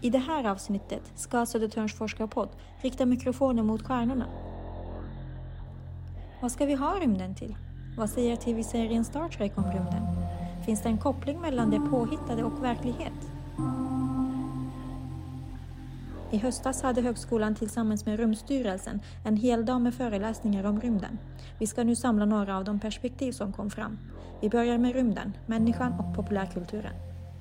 I det här avsnittet ska Södertörns forskarpodd rikta mikrofonen mot stjärnorna. Vad ska vi ha rymden till? Vad säger tv-serien Star Trek om rymden? Finns det en koppling mellan det påhittade och verklighet? I höstas hade högskolan tillsammans med Rymdstyrelsen en hel dag med föreläsningar om rymden. Vi ska nu samla några av de perspektiv som kom fram. Vi börjar med rymden, människan och populärkulturen.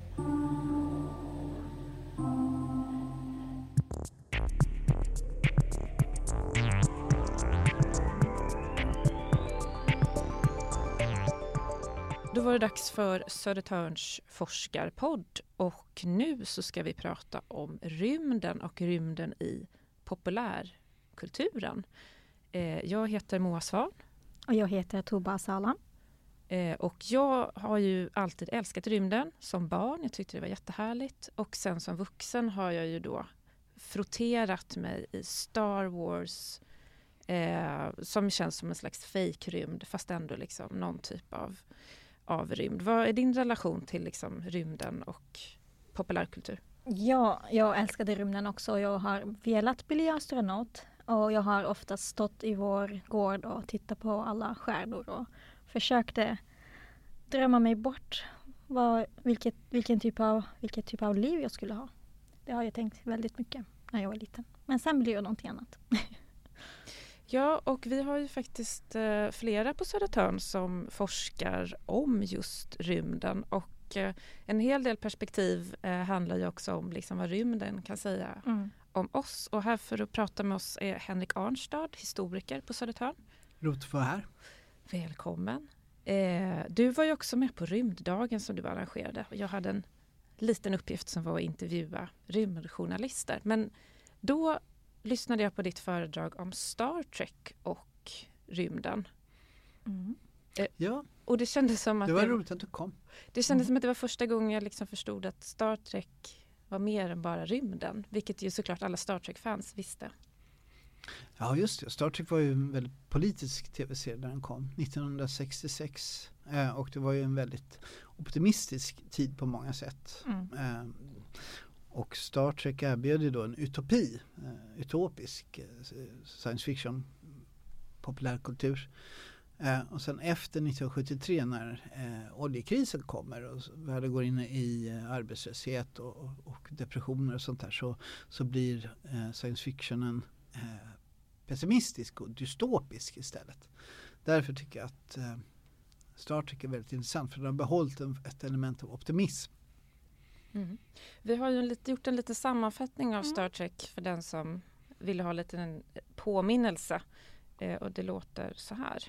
Då var det dags för Södertörns forskarpodd och nu så ska vi prata om rymden och rymden i populärkulturen. Jag heter Moa Svan. Och jag heter Tuba Salam. Och jag har ju alltid älskat rymden som barn. Jag tyckte det var jättehärligt. Och sen som vuxen har jag ju då frotterat mig i Star Wars som känns som en slags fake-rymd fast ändå liksom någon typ av rymd. Vad är din relation till liksom rymden och populärkultur? Ja, jag älskade rymden också. Jag har velat bli astronaut och jag har ofta stått i vår gård och tittat på alla stjärnor och försökte drömma mig bort vilket typ av liv jag skulle ha. Det har jag tänkt väldigt mycket när jag var liten. Men sen blir det någonting annat. Ja, och vi har ju faktiskt flera på Södertörn som forskar om just rymden och en hel del perspektiv handlar ju också om liksom vad rymden kan säga om oss. Och här för att prata med oss är Henrik Arnstad, historiker på Södertörn. Roligt att vara här. Välkommen. Du var ju också med på rymddagen som du arrangerade. Jag hade en liten uppgift som var att intervjua rymdjournalister. Men då lyssnade jag på ditt föredrag om Star Trek och rymden. Ja. Och det kändes som att det var roligt att du kom. Det kändes som att det var första gången jag liksom förstod att Star Trek var mer än bara rymden. Vilket ju såklart alla Star Trek-fans visste. Ja, just det. Star Trek var ju en väldigt politisk tv-serie när den kom. 1966. Och det var ju en väldigt optimistisk tid på många sätt. Och Star Trek erbjöd ju då en utopisk science fiction, populärkultur. Och sen efter 1973 när oljekrisen kommer och världen går in i arbetslöshet och depressioner och sånt där så blir science fictionen pessimistisk och dystopisk istället. Därför tycker jag att Star Trek är väldigt intressant för den har behållit ett element av optimism. Vi har ju gjort en liten sammanfattning av Star Trek för den som vill ha lite en påminnelse. Och det låter så här.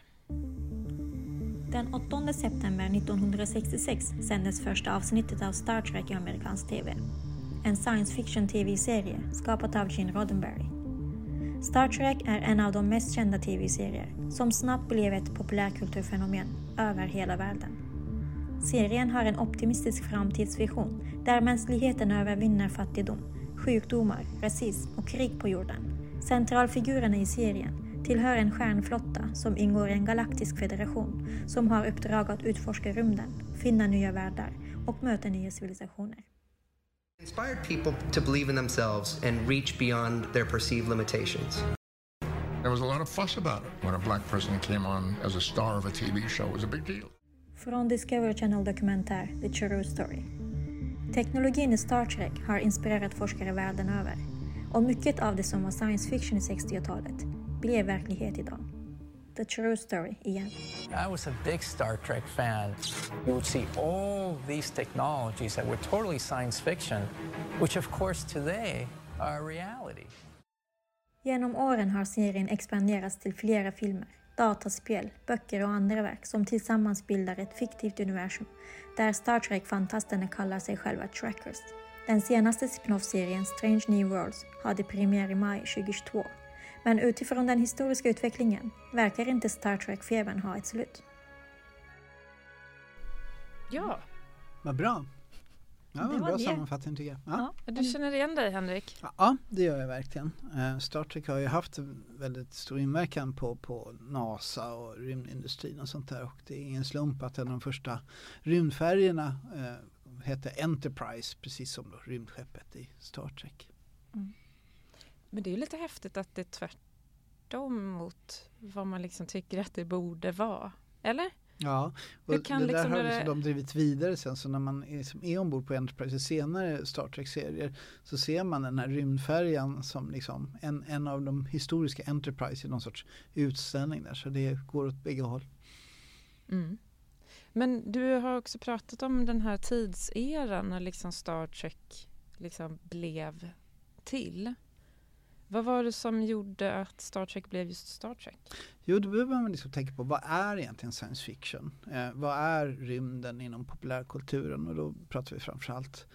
Den 8 september 1966 sändes första avsnittet av Star Trek i amerikansk tv. En science fiction tv-serie skapad av Gene Roddenberry. Star Trek är en av de mest kända tv-serier som snabbt blev ett populärkulturfenomen över hela världen. Serien har en optimistisk framtidsvision där mänskligheten övervinner fattigdom, sjukdomar, rasism och krig på jorden. Centralfigurerna i serien tillhör en stjärnflotta som ingår i en galaktisk federation som har uppdrag att utforska rymden, finna nya världar och möta nya civilisationer. Inspired people to believe in themselves and reach beyond their perceived limitations. There was a lot of fuss about it. When a black person came on as a star of a TV show, it was a big deal. Från Discovery Channel-dokumentär The True Story. Teknologin i Star Trek har inspirerat forskare världen över. Och mycket av det som var science fiction i 60-talet blev verklighet idag. The True Story igen. I was a big Star Trek fan. You would see all these technologies that were totally science fiction, which of course today are reality. Genom åren har serien expanderats till flera filmer, dataspel, böcker och andra verk som tillsammans bildar ett fiktivt universum där Star Trek-fantasterna kallar sig själva Trekkers. Den senaste spin-off-serien Strange New Worlds hade premiär i maj 2022. Men utifrån den historiska utvecklingen verkar inte Star Trek-febern ha ett slut. Ja. Vad bra. Ja, det en var bra det. sammanfattning tycker jag. Ja. Du känner igen dig, Henrik? Ja, det gör jag verkligen. Star Trek har ju haft en väldigt stor inverkan på NASA och rymdindustrin och sånt där. Och det är ingen slump att en av de första rymdfärgerna hette Enterprise, precis som då rymdskeppet i Star Trek. Mm. Men det är ju lite häftigt att det är tvärtom mot vad man liksom tycker att det borde vara. Eller? Ja, och det där liksom har det... de drivit vidare sen, så när man är ombord på Enterprise i senare Star Trek-serier så ser man den här rymdfärjan som liksom en av de historiska Enterprise i någon sorts utställning där, så det går åt bägge håll. Mm. Men du har också pratat om den här tidseran när liksom Star Trek liksom blev till. Vad var det som gjorde att Star Trek blev just Star Trek? Jo, då behöver man liksom tänka på vad är egentligen science fiction? Vad är rymden inom populärkulturen? Och då pratar vi framförallt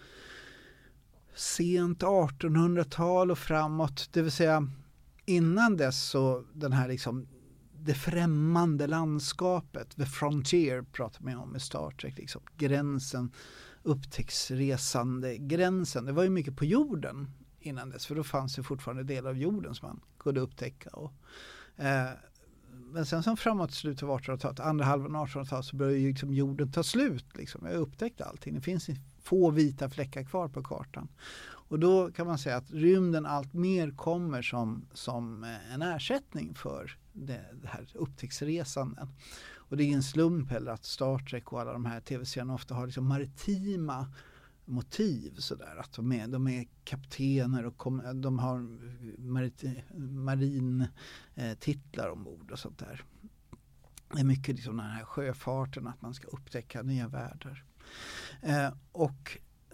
sent 1800-tal och framåt. Det vill säga innan dess så den här liksom det främmande landskapet, the frontier pratar man om med Star Trek. Liksom. Gränsen, upptäcktsresande gränsen. Det var ju mycket på jorden innan dess, för då fanns det fortfarande delar av jorden som man kunde upptäcka. Men sen som framåt slutet av 1800-talet, andra halvan av 1800-talet, så började ju liksom jorden ta slut. Liksom. Jag upptäckte allting. Det finns få vita fläckar kvar på kartan. Och då kan man säga att rymden allt mer kommer som en ersättning för det här upptäcktsresanden. Och det är en slump heller att Star Trek och alla de här tv-serierna ofta har liksom maritima motiv, sådär, att de är kaptener och de har marintitlar ombord och sånt där. Det är mycket liksom den här sjöfarten, att man ska upptäcka nya världar. Och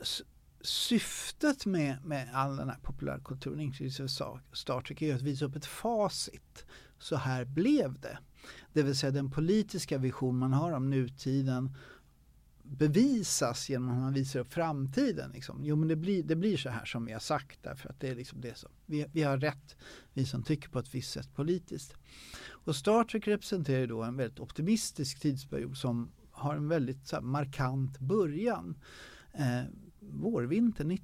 syftet med all den här populärkulturen, inklusive Star Trek, är att visa upp ett facit. Så här blev det. Det vill säga den politiska vision man har om nutiden bevisas genom att man visar upp framtiden. Liksom. Jo, men det blir så här som vi har sagt, därför att det är liksom det som vi har rätt, vi som tycker på ett visst sätt politiskt. Och Star Trek representerar då en väldigt optimistisk tidsperiod som har en väldigt så här, markant början. Vårvintern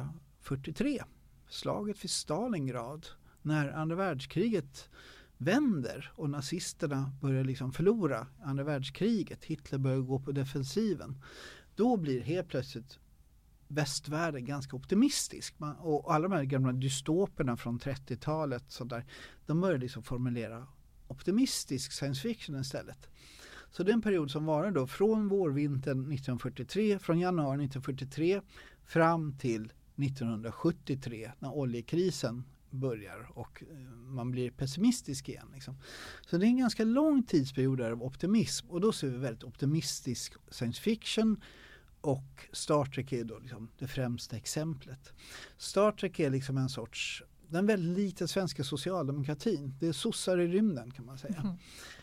1943, slaget vid Stalingrad, när andra världskriget vänder och nazisterna börjar liksom förlora andra världskriget, Hitler börjar gå på defensiven, då blir helt plötsligt västvärlden ganska optimistisk. Och alla de här gamla dystoperna från 30-talet så där, de börjar liksom formulera optimistisk science fiction istället. Så det är en period som varar då från vårvintern 1943, från januari 1943 fram till 1973 när oljekrisen börjar och man blir pessimistisk igen. Liksom. Så det är en ganska lång tidsperiod där av optimism, och då ser vi väldigt optimistisk science fiction, och Star Trek är då liksom det främsta exemplet. Star Trek är liksom den väldigt lite svenska socialdemokratin. Det är sossar i rymden, kan man säga.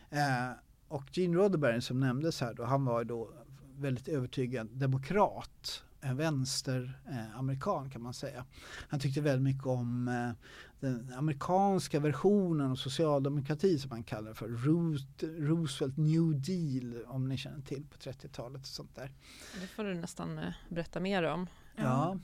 Och Gene Roddenberry som nämndes här då, han var då väldigt övertygad demokrat, en vänsteramerikan kan man säga. Han tyckte väldigt mycket om den amerikanska versionen av socialdemokrati som man kallar för Roosevelt New Deal, om ni känner till, på 30-talet och sånt där. Det får du nästan berätta mer om. Ja.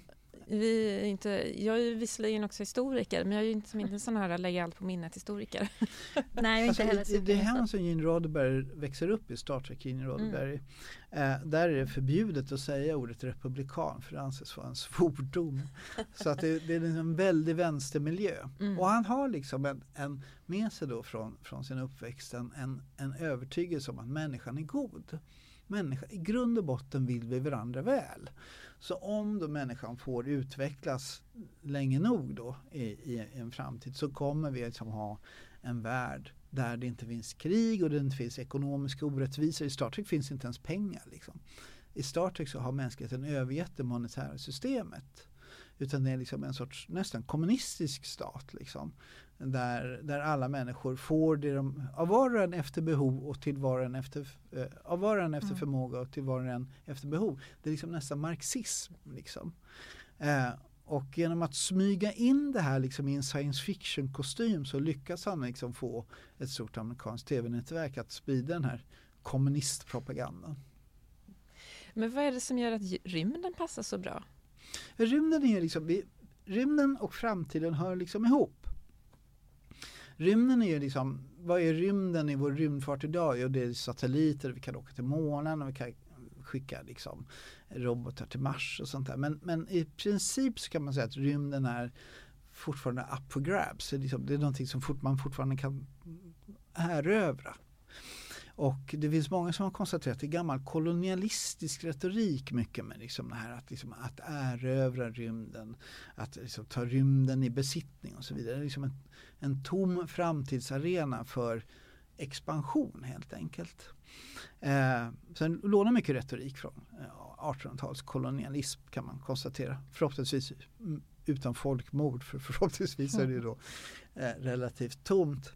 Jag är ju visserligen också historiker, men jag är ju inte en sån här lägger allt på minnet historiker. Nej, jag inte heller. Det är han som Gene Roddenberry växer upp i, Star Trek Gene Roddenberry. Där är det förbjudet att säga ordet republikan, för det anses vara en svordom. Så att det är en väldigt vänstermiljö. Och han har liksom en med sig då från sin uppväxt en övertygelse om att människan är god. I grund och botten vill vi varandra väl. Så om då människan får utvecklas länge nog då i en framtid, så kommer vi liksom ha en värld där det inte finns krig och det inte finns ekonomiska orättvisor. I Star Trek finns inte ens pengar. Liksom. I Star Trek så har mänskligheten övergett det monetära systemet. Utan det är liksom en sorts nästan kommunistisk stat. Liksom, där alla människor får det av var och en efter behov och till var och en efter, av var och en efter förmåga och till var och en efter behov. Det är liksom nästan marxism. Liksom. Och genom att smyga in det här liksom i en science fiction kostym så lyckas han liksom få ett stort amerikanskt tv-nätverk att sprida den här kommunistpropagandan. Men vad är det som gör att rymden passar så bra? Rymden och framtiden hör liksom ihop. Rymden är ju liksom, vad är rymden i vår rymdfart idag? Jo, det är satelliter, vi kan åka till månen och vi kan skicka liksom robotar till Mars och sånt där. Men i princip så kan man säga att rymden är fortfarande up for grabs. Det är någonting som man fortfarande kan erövra. Och det finns många som har konstaterat att det är gammal kolonialistisk retorik mycket med liksom det här att erövra rymden, att liksom ta rymden i besittning och så vidare. Det är liksom en tom framtidsarena för expansion helt enkelt. Sen lånar mycket retorik från 1800-tals kolonialism kan man konstatera. Förhoppningsvis utan folkmord, för förhoppningsvis är det ju då relativt tomt.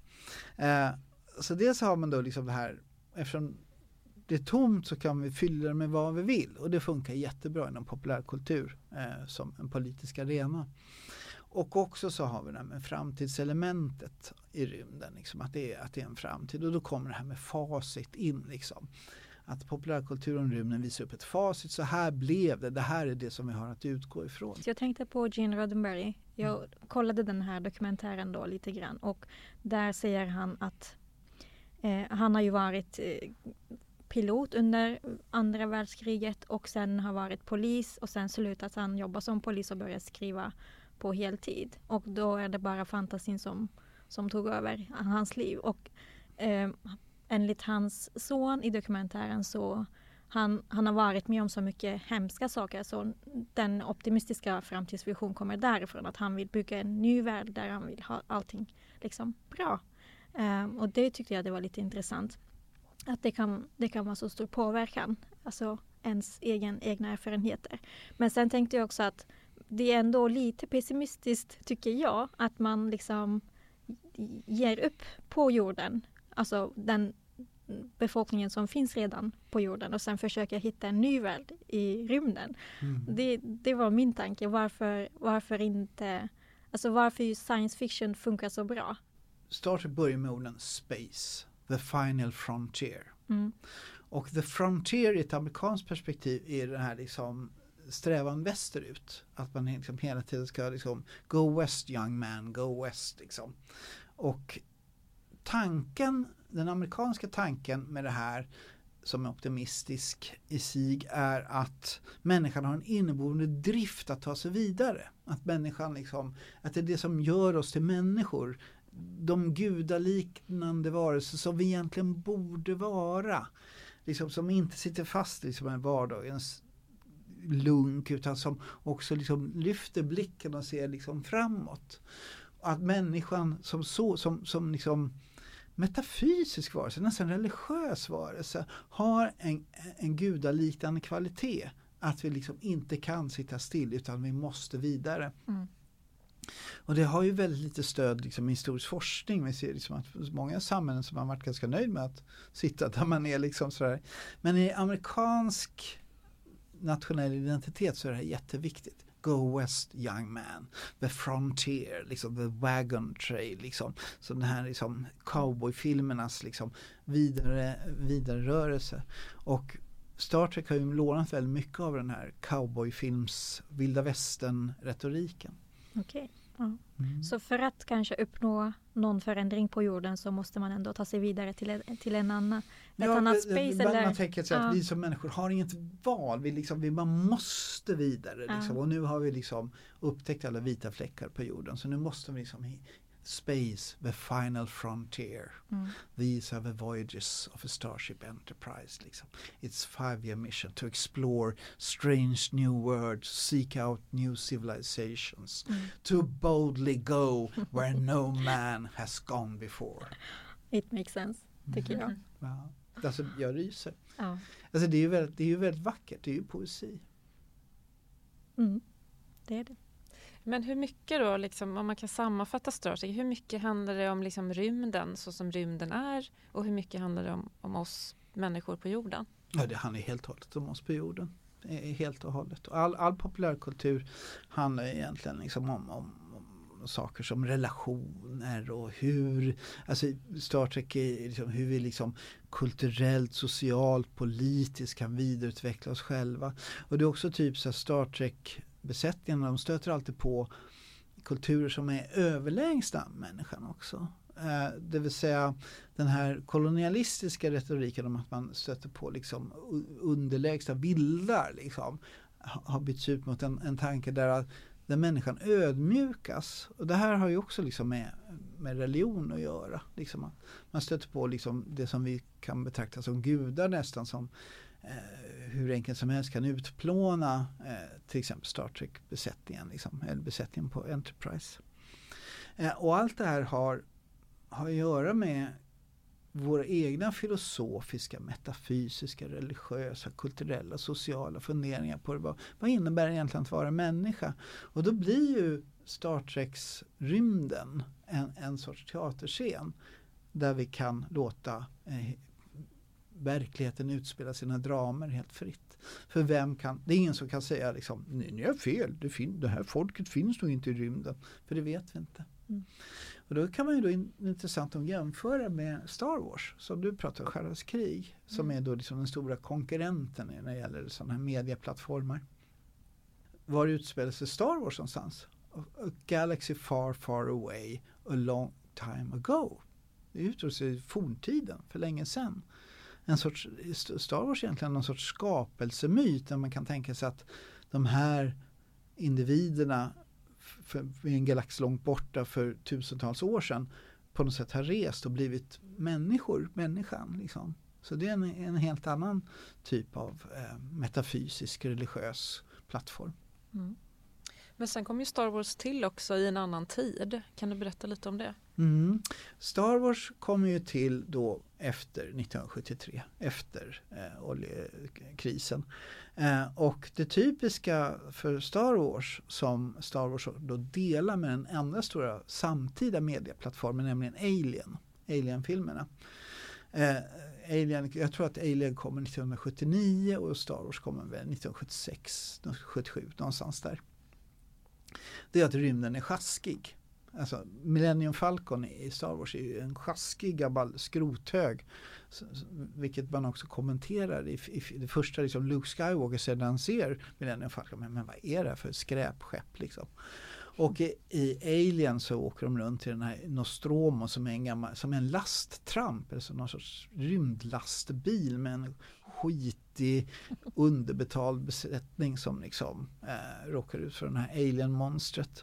Så dels har man då liksom det här, eftersom det är tomt så kan vi fylla det med vad vi vill, och det funkar jättebra inom populärkultur som en politisk arena. Och också så har vi det här med framtidselementet i rymden, liksom, att det är en framtid, och då kommer det här med facit in liksom. Att populärkulturen och rymden visar upp ett facit, så här blev det här är det som vi har att utgå ifrån. Så jag tänkte på Gene Roddenberry, jag kollade den här dokumentären då lite grann, och där säger han att han har ju varit pilot under andra världskriget och sen har varit polis, och sen slutat han jobba som polis och började skriva på heltid. Och då är det bara fantasin som tog över hans liv. Och enligt hans son i dokumentären så han har varit med om så mycket hemska saker, så den optimistiska framtidsvision kommer därifrån, att han vill bygga en ny värld där han vill ha allting liksom bra. Och det tyckte jag det var lite intressant. Att det kan vara så stor påverkan. Alltså ens egna erfarenheter. Men sen tänkte jag också att det är ändå lite pessimistiskt, tycker jag. Att man liksom ger upp på jorden. Alltså den befolkningen som finns redan på jorden. Och sen försöker hitta en ny värld i rymden. Det var min tanke. Varför inte... Alltså varför science fiction funkar så bra. Star Trek börjar med orden space, the final frontier. Och the frontier i ett amerikanskt perspektiv är det här liksom strävan västerut. Att man liksom hela tiden ska liksom go west young man, go west liksom. Och den amerikanska tanken med det här som är optimistisk i sig är att människan har en inneboende drift att ta sig vidare. Att människan liksom, att det är det som gör oss till människor. De gudaliknande varelser som vi egentligen borde vara. Liksom, som inte sitter fast i liksom, vardagens lunk, utan som också liksom, lyfter blicken och ser liksom, framåt. Att människan som liksom, metafysisk varelse, nästan religiös varelse, har en gudaliknande kvalitet. Att vi liksom inte kan sitta still, utan vi måste vidare. Och det har ju väldigt lite stöd liksom, i historisk forskning. Vi ser liksom, att många samhällen som har varit ganska nöjd med att sitta där man är. Liksom, sådär. Men i amerikansk nationell identitet så är det här jätteviktigt. Go west young man, the frontier, liksom, the wagon trail. Liksom. Så den här liksom, cowboyfilmernas liksom, vidare rörelse. Och Star Trek har ju lånat väldigt mycket av den här cowboyfilms vilda västern-retoriken. Okej. Ja. Så för att kanske uppnå någon förändring på jorden så måste man ändå ta sig vidare till en annan, ett annat space. Man tänker sig att vi som människor har inget val. Man måste vidare. Liksom. Och nu har vi liksom upptäckt alla vita fläckar på jorden. Så nu måste vi liksom space, the final frontier. These are the voyages of a Starship Enterprise. Liksom. It's 5-year mission to explore strange new worlds, seek out new civilizations, to boldly go where no man has gone before. It makes sense, tycker jag. Ja. Alltså, jag ryser. Ja. Alltså, det är ju väldigt vackert, det är ju poesi. Det är det. Men hur mycket då, liksom, om man kan sammanfatta Star Trek, hur mycket handlar det om liksom, rymden så som rymden är, och hur mycket handlar det om oss människor på jorden? Ja, det handlar helt och hållet om oss på jorden. Helt och hållet. Och all populärkultur handlar egentligen liksom om saker som relationer och hur, alltså Star Trek är liksom hur vi liksom kulturellt, socialt, politiskt kan vidareutveckla oss själva. Och det är också typ så Star Trek besättningen, de stöter alltid på kulturer som är överlägsna människan också. Det vill säga den här kolonialistiska retoriken om att man stöter på liksom underlägsna vildar liksom, har bytts ut mot en tanke där människan ödmjukas. Och det här har ju också liksom med religion att göra. Liksom man stöter på liksom det som vi kan betrakta som gudar nästan, som hur enkelt som helst kan utplåna till exempel Star Trek-besättningen liksom, eller besättningen på Enterprise. Och allt det här har att göra med våra egna filosofiska, metafysiska, religiösa, kulturella, sociala funderingar på vad innebär egentligen att vara människa. Och då blir ju Star Treks rymden en sorts teaterscen där vi kan låta verkligheten utspela sina dramer helt fritt. För det är ingen som kan säga liksom, ni är fel, det här folket finns nog inte i rymden, för det vet vi inte. Och då kan man ju då intressant att jämföra med Star Wars, som du pratar om, Stjärnornas krig, som är då liksom den stora konkurrenten när det gäller sådana här medieplattformar. Var utspelar sig Star Wars någonstans? A galaxy far, far away, a long time ago. Det utspelar sig i forntiden, för länge sedan. Star Wars är egentligen någon sorts skapelsemyt där man kan tänka sig att de här individerna i en galax långt borta för tusentals år sedan på något sätt har rest och blivit människan liksom. Så det är en helt annan typ av metafysisk religiös plattform. Mm. Men sen kom ju Star Wars till också i en annan tid. Kan du berätta lite om det? Star Wars kom ju till då efter 1973, efter oljekrisen. Och det typiska för Star Wars, som Star Wars då delar med den enda stora samtida medieplattformen, nämligen Alien-filmerna. Jag tror att Alien kommer 1979 och Star Wars kommer väl 1976, 1977, någonstans där. Det är att rymden är sjaskig. Alltså Millennium Falcon i Star Wars är ju en sjaskig gammal skrothög, vilket man också kommenterar i det första liksom Luke Skywalker sedan han ser Millennium Falcon. Men vad är det för skräpskepp liksom? Och i Alien så åker de runt i den här Nostromo som är en lasttramp, alltså någon sorts rymdlastbil med en skitig underbetald besättning som liksom råkar ut för den här alien-monstret.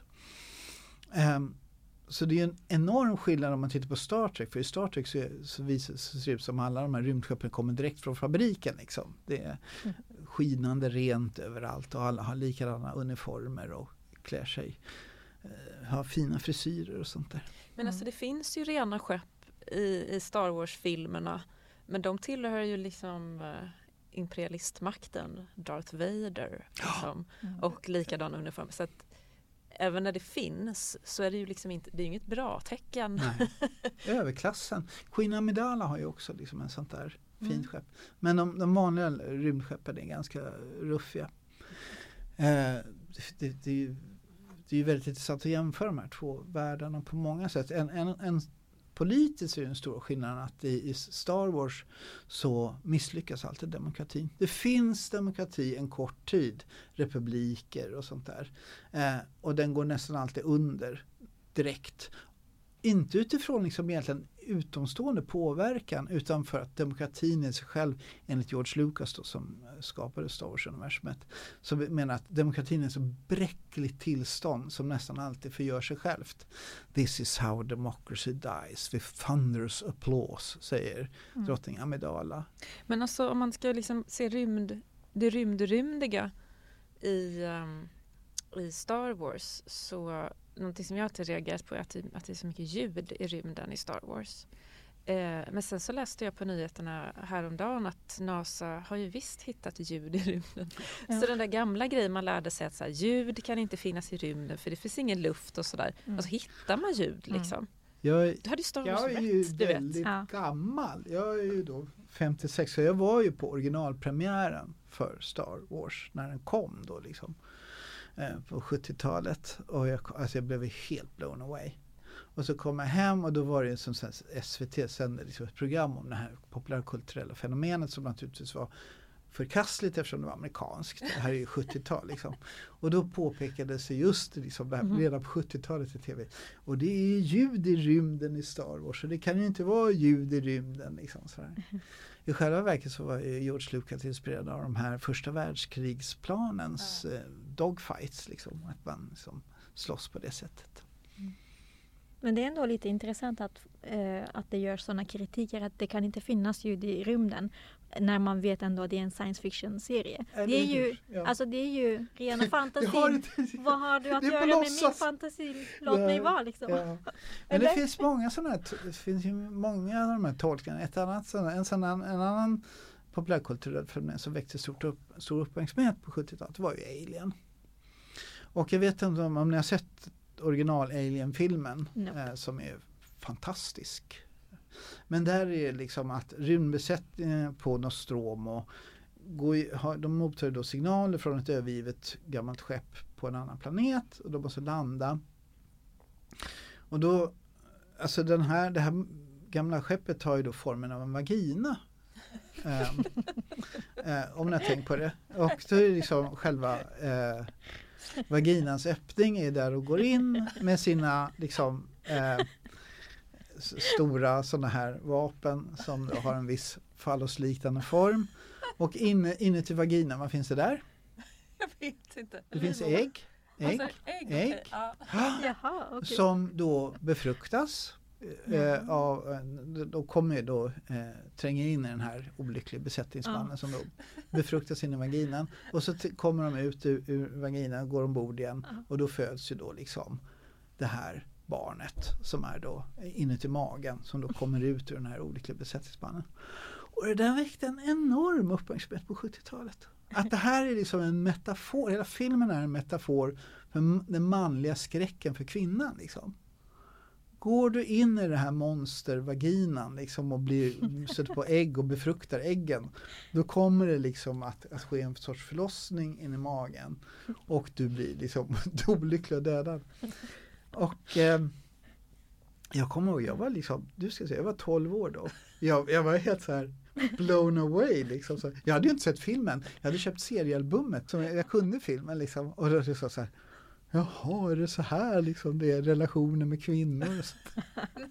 Så det är en enorm skillnad om man tittar på Star Trek, för i Star Trek så ser det ut som alla de här rymdskeppen kommer direkt från fabriken liksom. Det är skinande rent överallt och alla har likadana uniformer och klär sig, har fina frisyrer och sånt där. Men alltså det finns ju rena skepp i Star Wars-filmerna, men de tillhör ju liksom imperialistmakten, Darth Vader liksom, och likadana uniformer. Så att även när det finns så är det ju liksom inte, det är inget bra tecken. Nej. Överklassen. Queen Amidala har ju också liksom en sånt där fint skepp. Men de vanliga rymdskeppen är ganska ruffiga. Det är ju väldigt intressant att jämföra de här två världarna på många sätt. En politiskt är det en stor skillnad att i Star Wars så misslyckas alltid demokratin. Det finns demokrati en kort tid, republiker och sånt där. Och den går nästan alltid under direkt. Inte utifrån liksom egentligen utomstående påverkan, utan för att demokratin i sig själv, enligt George Lucas då, som skapade Star Wars-universumet, så menar att demokratin är så bräckligt tillstånd som nästan alltid förgör sig självt. This is how democracy dies with thunderous applause, säger drottning Amidala. Men alltså om man ska liksom se det rymdiga i Star Wars, så någonting som jag alltid reagerat på är att det är så mycket ljud i rymden i Star Wars. Men sen så läste jag på nyheterna häromdagen att NASA har ju visst hittat ljud i rymden. Ja. Så den där gamla grejen man lärde sig att så här, ljud kan inte finnas i rymden för det finns ingen luft och sådär. Och så hittar man ljud liksom. Jag är ju väldigt gammal. Jag är ju då 56, så jag var ju på originalpremiären för Star Wars när den kom då liksom. På 70-talet, och jag blev helt blown away. Och så kom jag hem och då var det som SVT sände liksom ett program om det här populärkulturella fenomenet som naturligtvis var förkastligt eftersom det var amerikanskt. Det här är ju 70-tal liksom. Och då påpekades det just liksom det här, redan på 70-talet i tv. Och det är ljud i rymden i Star Wars. Så det kan ju inte vara ljud i rymden liksom sådär. I själva verket så var George Lucas inspirerad av de här första världskrigsplanens dogfights liksom. Att man liksom slåss på det sättet. Men det är ändå lite intressant att det görs sådana kritiker att det kan inte finnas ljud i rymden när man vet ändå att det är en science fiction-serie. Det är ju rena fantasin. Vad har du att göra med min fantasi? Låt mig vara liksom. Ja. Men det finns många sådana här, det finns ju många av de här tolkningarna. En annan populärkulturell fenomen som väckte stor uppmärksamhet på 70-talet var ju Alien. Och jag vet inte om ni har sett original Alien-filmen som är fantastisk. Men där är det liksom att rymdbesättningen på Nostromo de mottar då signaler från ett övergivet gammalt skepp på en annan planet och de måste landa. Och då, alltså det här gamla skeppet har ju då formen av en vagina. Om ni har tänkt på det. Och då är det liksom själva vaginans öppning är där och går in med sina liksom stora sådana här vapen som då har en viss fallosliknande form. Och inuti vaginan, vad finns det där? Jag vet inte. Det finns ägg. Okay. Jaha, okay. Som då befruktas. De kommer då tränger in i den här olyckliga besättningsmannen som då befruktas in i vaginan. Och så kommer de ut ur vaginan och går ombord igen. Och då föds ju då liksom det här barnet som är då inuti magen som då kommer ut ur den här olyckliga besättningsmannen. Och det där väckte en enorm uppmärksamhet på 70-talet. Att det här är liksom en metafor, hela filmen är en metafor för den manliga skräcken för kvinnan liksom. Går du in i det här monstervaginan liksom och sätter på ägg och befruktar äggen, då kommer det liksom att ske en sorts förlossning in i magen och du blir liksom olycklig och dödad. Och jag kommer ihåg, jag var liksom, jag var 12 år då. Jag var helt så här blown away liksom. Så jag hade ju inte sett filmen. Jag hade köpt seriealbumet som jag kunde filmen liksom. Och då så här, jaha, är det så här liksom, det är relationer med kvinnor och sånt.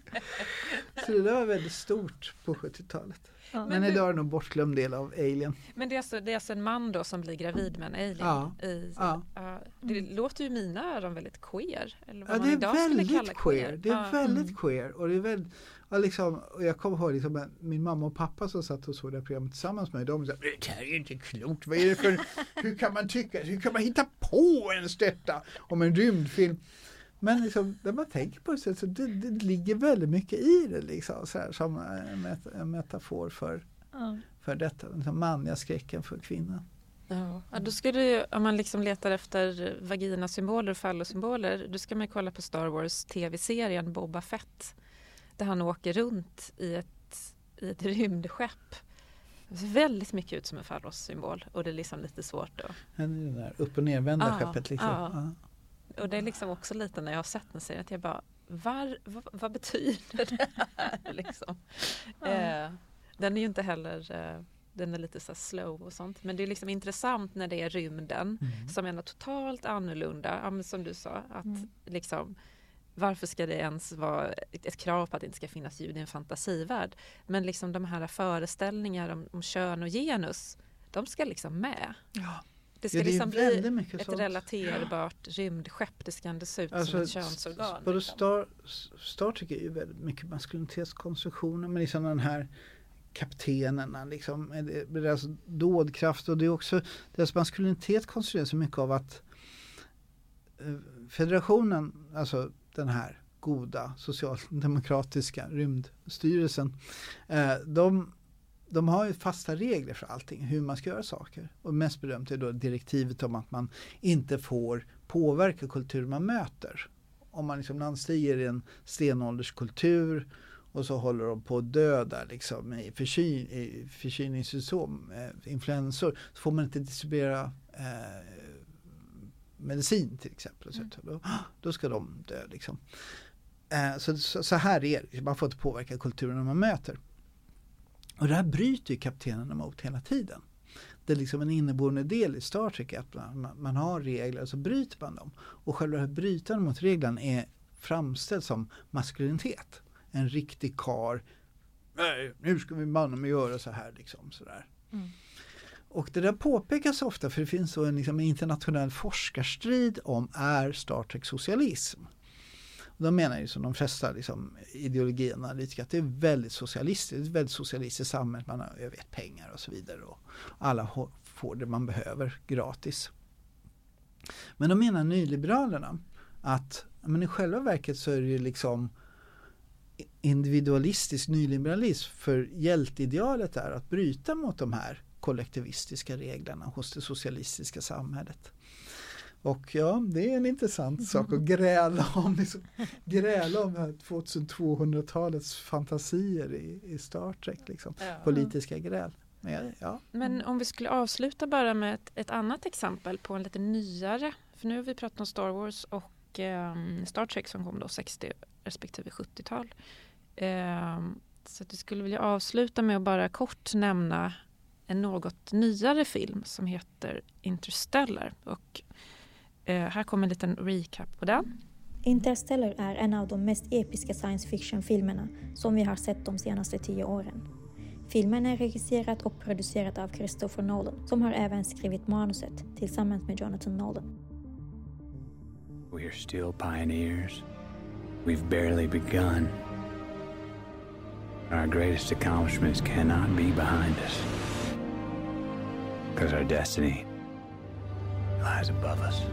Så det där var väldigt stort på 70-talet. Ja. Men idag är det nog bortglömd del av Alien. Men det är alltså en man då som blir gravid med en alien. Det låter ju i mina öron väldigt queer. Eller vad man idag skulle kalla queer. Det är väldigt queer. Och det är väldigt, liksom, och jag kommer ihåg liksom, min mamma och pappa som satt och såg det här programmet tillsammans med mig. De sa, det här är inte klokt. Vad är det för, hur kan man tycka, hur kan man hitta på ens detta om en rymdfilm? Men liksom, när man tänker på det så det ligger väldigt mycket i det liksom, så här, som en metafor för detta, den manliga skräcken för kvinnan. Ja, då ska du, om man liksom letar efter vaginasymboler och fallosymboler, då ska man kolla på Star Wars tv-serien Boba Fett, där han åker runt i ett rymdskepp. Det ser väldigt mycket ut som en fallossymbol och det är liksom lite svårt då. Det där upp- och nervända skeppet liksom. Ja. Och det är liksom också lite när jag har sett den serien att jag bara, vad betyder det här liksom? Den är ju inte heller, den är lite så slow och sånt, men det är liksom intressant när det är rymden som är något totalt annorlunda, som du sa, att liksom, varför ska det ens vara ett krav på att det inte ska finnas ljud i en fantasivärld? Men liksom de här föreställningar om kön och genus, de ska liksom med. Ja. Det ska liksom bli ett relaterbart rymdskepp. Det ska ändå se ut som ett könsorgan. Både Star Trek är ju väldigt mycket maskulinitetskonstruktioner, men liksom den här kaptenerna, liksom, deras dådkraft, och det är också deras maskulinitet konstrueras så mycket av att federationen, alltså den här goda socialdemokratiska rymdstyrelsen, de har ju fasta regler för allting, hur man ska göra saker. Och mest berömt är då direktivet om att man inte får påverka kultur man möter. Om man liksom landstiger i en stenålderskultur och så håller de på att döda liksom, i förkylningssymptom, influensor, så får man inte distribuera medicin till exempel. Då ska de dö liksom. Så här är det, man får inte påverka kulturen man möter. Och det här bryter ju kaptenerna mot hela tiden. Det är liksom en inneboende del i Star Trek att man har regler och så bryter man dem. Och själva brytandet mot reglerna är framställt som maskulinitet. En riktig karl. Nej, nu ska vi manna med göra så här liksom sådär. Och det där påpekas ofta för det finns så en liksom internationell forskarstrid om är Star Trek socialism. Och de menar ju som de flesta liksom, ideologianalytiker att det är väldigt socialistiskt, ett väldigt socialistiskt samhälle, man har vet, pengar och så vidare och alla får det man behöver gratis. Men de menar nyliberalerna att men i själva verket så är det ju liksom individualistisk nyliberalism, för hjälteidealet är att bryta mot de här kollektivistiska reglerna hos det socialistiska samhället. Och ja, det är en intressant sak att gräla om 2200-talets fantasier i Star Trek, liksom. Politiska gräl. Men om vi skulle avsluta bara med ett annat exempel på en lite nyare, för nu har vi pratat om Star Wars och Star Trek som kom då 60 respektive 70-tal. Så att vi skulle vilja avsluta med att bara kort nämna en något nyare film som heter Interstellar. Och här kommer en liten recap på den. Interstellar är en av de mest episka science fiction-filmerna som vi har sett de senaste 10 åren. Filmen är regisserad och producerad av Christopher Nolan, som har även skrivit manuset tillsammans med Jonathan Nolan. We're still pioneers. We've barely begun. Our greatest accomplishments cannot be behind us. Because our destiny lies above us.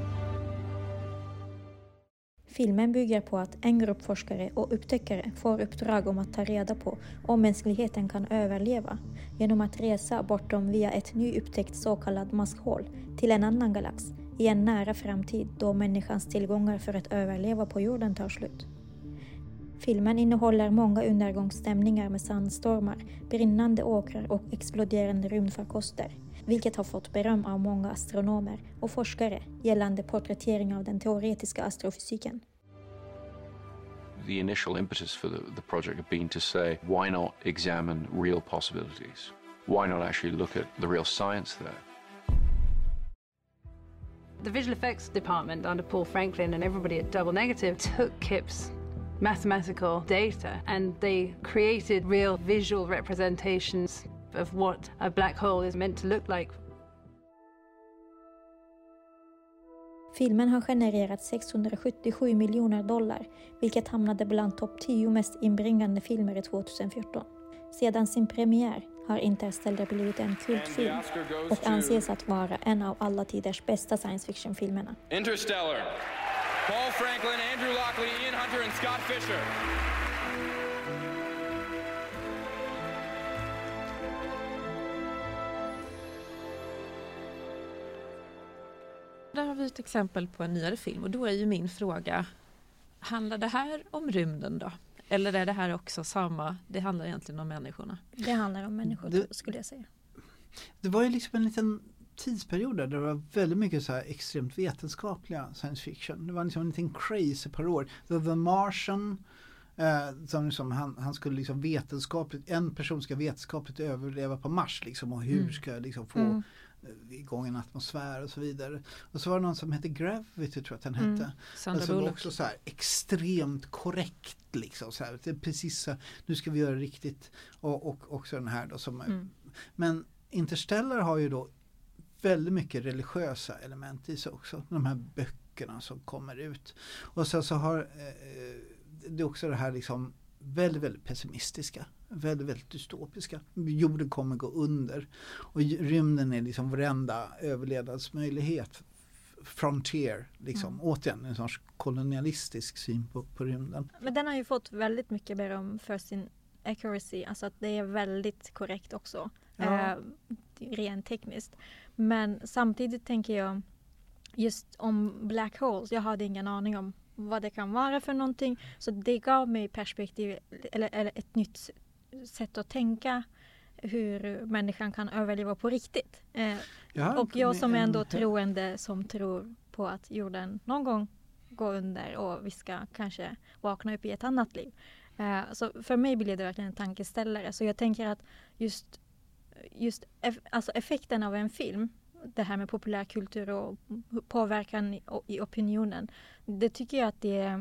Filmen bygger på att en grupp forskare och upptäckare får uppdrag om att ta reda på om mänskligheten kan överleva genom att resa bortom via ett nyupptäckt så kallad maskhål till en annan galax i en nära framtid då människans tillgångar för att överleva på jorden tar slut. Filmen innehåller många undergångsstämningar med sandstormar, brinnande åkrar och exploderande rymdfarkoster, vilket har fått beröm av många astronomer och forskare gällande porträttering av den teoretiska astrofysiken. The initial impetus for the project had been to say, why not examine real possibilities? Why not actually look at the real science there? The visual effects department under Paul Franklin and everybody at Double Negative took Kip's mathematical data and they created real visual representations of what a black hole is meant to look like. Filmen har genererat $677 miljoner, vilket hamnade bland topp 10 mest inbringande filmer i 2014. Sedan sin premiär har Interstellar blivit en kultfilm och anses att vara en av alla tiders bästa science fiction-filmerna. Interstellar. Paul Franklin, Andrew Lockley, Ian Hunter and Scott Fisher. Där har vi ett exempel på en nyare film och då är ju min fråga, handlar det här om rymden då? Eller är det här också samma, det handlar egentligen om människorna? Det handlar om människor skulle jag säga. Det var ju liksom en liten tidsperiod där det var väldigt mycket så här extremt vetenskapliga science fiction. Det var liksom en liten crazy per år. The Martian, som han skulle liksom vetenskapligt, en person ska vetenskapligt överleva på Mars liksom, och hur ska liksom få igång en atmosfär och så vidare. Och så var det någon som hette Gravity, tror jag att den hette. Alltså var också så här extremt korrekt liksom så här, det är precis så, nu ska vi göra riktigt och också den här då som men Interstellar har ju då väldigt mycket religiösa element i sig också. De här böckerna som kommer ut. Och sen så har det också det här liksom väldigt, väldigt pessimistiska. Väldigt, väldigt dystopiska. Jorden kommer gå under. Och rymden är liksom varenda överlevnadsmöjlighet. Frontier, liksom. Återigen en sorts kolonialistisk syn på rymden. Men den har ju fått väldigt mycket beröm för sin accuracy. Alltså att det är väldigt korrekt också. Rent tekniskt. Men samtidigt tänker jag just om black holes. Jag hade ingen aning om vad det kan vara för någonting. Så det gav mig perspektiv eller ett nytt sätt att tänka hur människan kan överleva på riktigt. Och jag som är ändå troende som tror på att jorden någon gång går under och vi ska kanske vakna upp i ett annat liv. Så för mig blir det verkligen en tankeställare. Så jag tänker att just just alltså effekten av en film, det här med populärkultur och påverkan i opinionen, det tycker jag att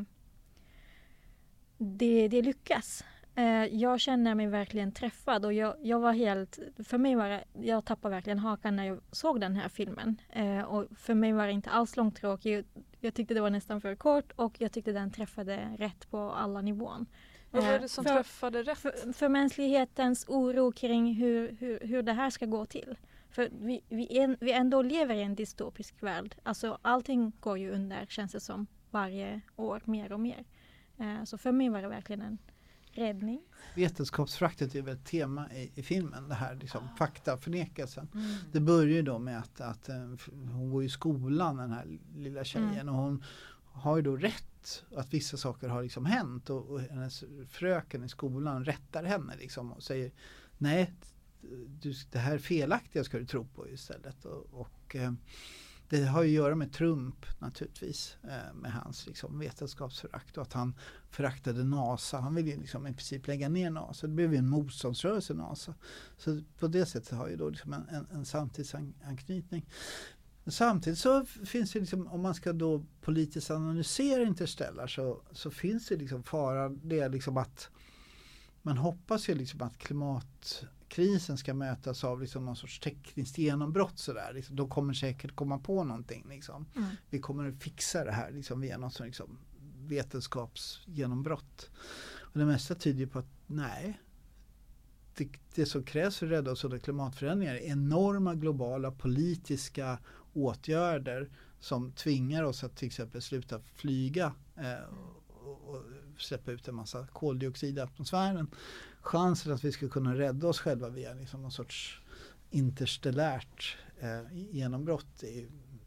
det lyckas. Jag känner mig verkligen träffad och jag var helt, jag tappade verkligen hakan när jag såg den här filmen. Och för mig var det inte alls långtråkigt. Jag tyckte det var nästan för kort och jag tyckte den träffade rätt på alla nivåer. Vad var det som träffade rätt? För mänsklighetens oro kring hur det här ska gå till. För vi ändå lever i en dystopisk värld. Alltså allting går ju under, känns det som, varje år mer och mer. Så för mig var det verkligen en räddning. Vetenskapsföraktet är väl ett tema i filmen, det här liksom, faktaförnekelsen. Det börjar ju då med att hon går i skolan, den här lilla tjejen, och hon har ju då rätt att vissa saker har liksom hänt och hennes fröken i skolan rättar henne liksom och säger nej, det här felaktiga ska du tro på istället. Och det har ju att göra med Trump naturligtvis, med hans liksom vetenskapsförakt och att han föraktade NASA. Han ville liksom i princip lägga ner NASA. Det blev ju en motståndsrörelse NASA. Så på det sättet har ju då liksom en samtidsanknytning. Samtidigt så finns det liksom, om man ska då politiskt analysera Interstellar så finns det liksom fara det liksom att man hoppas ju liksom att klimatkrisen ska mötas av liksom någon sorts tekniskt genombrott sådär. Liksom, de kommer säkert komma på någonting liksom. Vi kommer att fixa det här liksom via något som liksom vetenskapsgenombrott. Och det mesta tyder ju på att nej. Det som krävs för att rädda oss under klimatförändringar är enorma globala politiska åtgärder som tvingar oss att till exempel sluta flyga och släppa ut en massa koldioxid i atmosfären. Chansen att vi ska kunna rädda oss själva via liksom någon sorts interstellärt genombrott är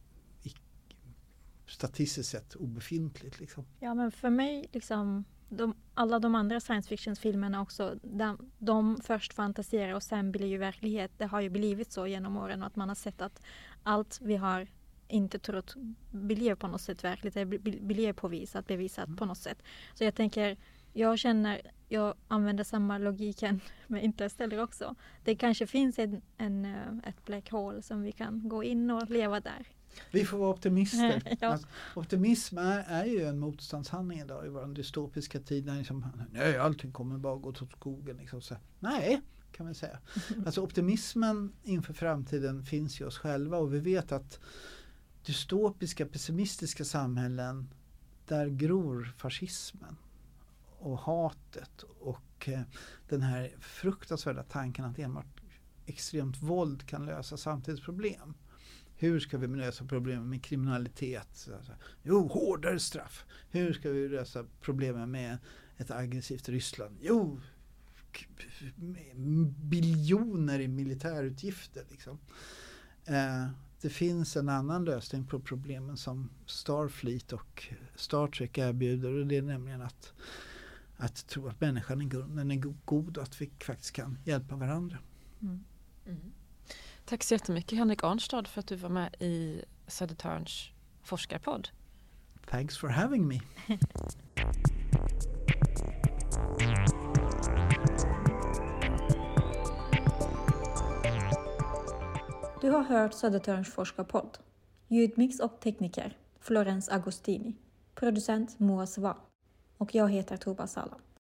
statistiskt sett obefintligt. Liksom. Ja, men för mig liksom alla de andra science fiction-filmerna också, de först fantaserar och sen blir ju verklighet. Det har ju blivit så genom åren att man har sett att allt vi har inte trott blir på något sätt verkligt. Det blir bevisat på något sätt. Så jag tänker, jag använder samma logiken med Interstellar också. Det kanske finns ett black hole som vi kan gå in och leva där. Vi får vara optimister. Ja. Alltså, optimism är ju en motståndshandling idag i vår dystopiska tid. När liksom, nej, allting kommer bara gå åt skogen. Liksom, så. Nej, kan man säga. Alltså optimismen inför framtiden finns i oss själva och vi vet att dystopiska, pessimistiska samhällen, där gror fascismen och hatet och den här fruktansvärda tanken att enbart extremt våld kan lösa samtidsproblem. Hur ska vi lösa problemen med kriminalitet? Jo, hårdare straff. Hur ska vi lösa problemen med ett aggressivt Ryssland? Jo, biljoner i militärutgifter. Liksom. Det finns en annan lösning på problemen som Starfleet och Star Trek erbjuder och det är nämligen att tro att människan i grunden är god och att vi faktiskt kan hjälpa varandra. Tack så jättemycket Henrik Arnstad för att du var med i Södertörns forskarpodd. Thanks for having me. Du har hört Södertörns forskarpodd. Ljudmix och tekniker Florence Agostini. Producent Moa Svan. Och jag heter Tuba Sala.